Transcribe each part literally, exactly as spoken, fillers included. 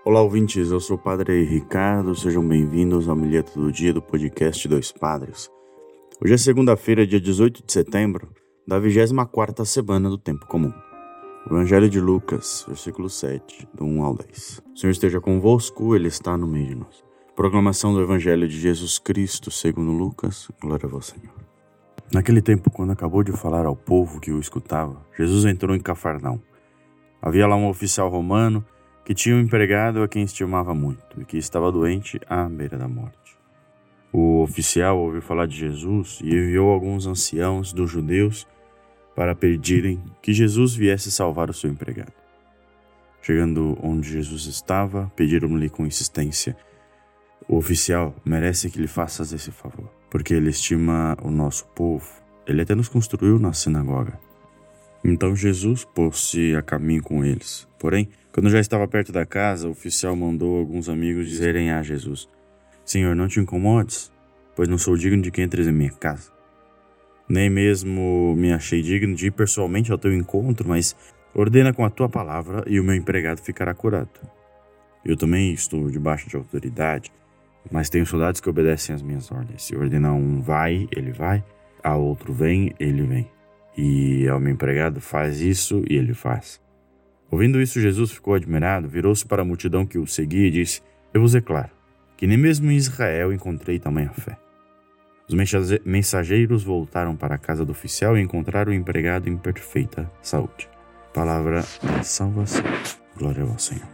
Olá, ouvintes, eu sou o Padre Ricardo, sejam bem-vindos ao Milheto do Dia do podcast Dois Padres. Hoje é segunda-feira, dia dezoito de setembro, da vigésima quarta semana do Tempo Comum. Evangelho de Lucas, versículo sete, do um ao dez. O Senhor esteja convosco, Ele está no meio de nós. Proclamação do Evangelho de Jesus Cristo, segundo Lucas, glória a vós, Senhor. Naquele tempo, quando acabou de falar ao povo que o escutava, Jesus entrou em Cafarnaum. Havia lá um oficial romano que tinha um empregado a quem estimava muito e que estava doente à beira da morte. O oficial ouviu falar de Jesus e enviou alguns anciãos dos judeus para pedirem que Jesus viesse salvar o seu empregado. Chegando onde Jesus estava, pediram-lhe com insistência: o oficial merece que lhe faças esse favor, porque ele estima o nosso povo. Ele até nos construiu na sinagoga. Então Jesus pôs-se a caminho com eles. Porém, quando já estava perto da casa, o oficial mandou alguns amigos dizerem a Jesus: Senhor, não te incomodes, pois não sou digno de que entres em minha casa. Nem mesmo me achei digno de ir pessoalmente ao teu encontro, mas ordena com a tua palavra e o meu empregado ficará curado. Eu também estou debaixo de autoridade, mas tenho soldados que obedecem às minhas ordens. Se ordenar um vai, ele vai, a outro vem, ele vem. E ao meu empregado faz isso e ele faz. Ouvindo isso, Jesus ficou admirado, virou-se para a multidão que o seguia e disse: Eu vos declaro que nem mesmo em Israel encontrei tamanha fé. Os mensageiros voltaram para a casa do oficial e encontraram o empregado em perfeita saúde. Palavra da salvação. Glória ao Senhor.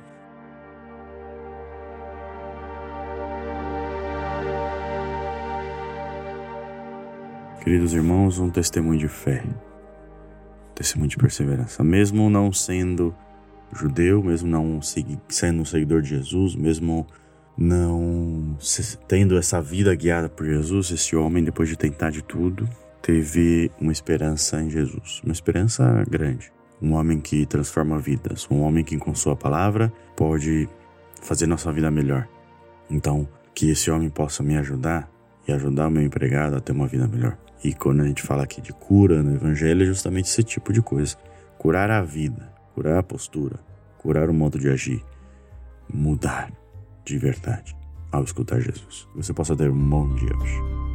Queridos irmãos, um testemunho de fé, um testemunho de perseverança. Mesmo não sendo judeu, mesmo não sendo um seguidor de Jesus, mesmo não tendo essa vida guiada por Jesus, esse homem, depois de tentar de tudo, teve uma esperança em Jesus. Uma esperança grande. Um homem que transforma vidas. Um homem que, com sua palavra, pode fazer nossa vida melhor. Então, que esse homem possa me ajudar e ajudar o meu empregado a ter uma vida melhor. E quando a gente fala aqui de cura no Evangelho, é justamente esse tipo de coisa. Curar a vida, curar a postura, curar o modo de agir, mudar de verdade ao escutar Jesus. Que você possa ter um bom dia hoje.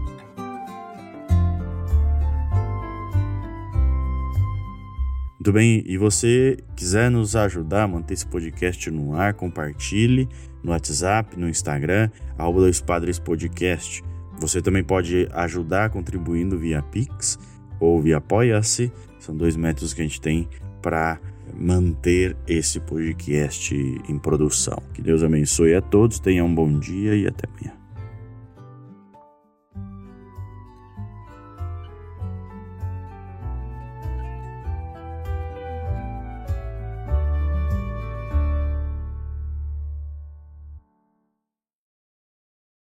Muito bem, e você quiser nos ajudar a manter esse podcast no ar, compartilhe no WhatsApp, no Instagram, arroba Dois Padres Podcast. Você também pode ajudar contribuindo via Pix ou via Apoia-se. São dois métodos que a gente tem para manter esse podcast em produção. Que Deus abençoe a todos, tenham um bom dia e até amanhã.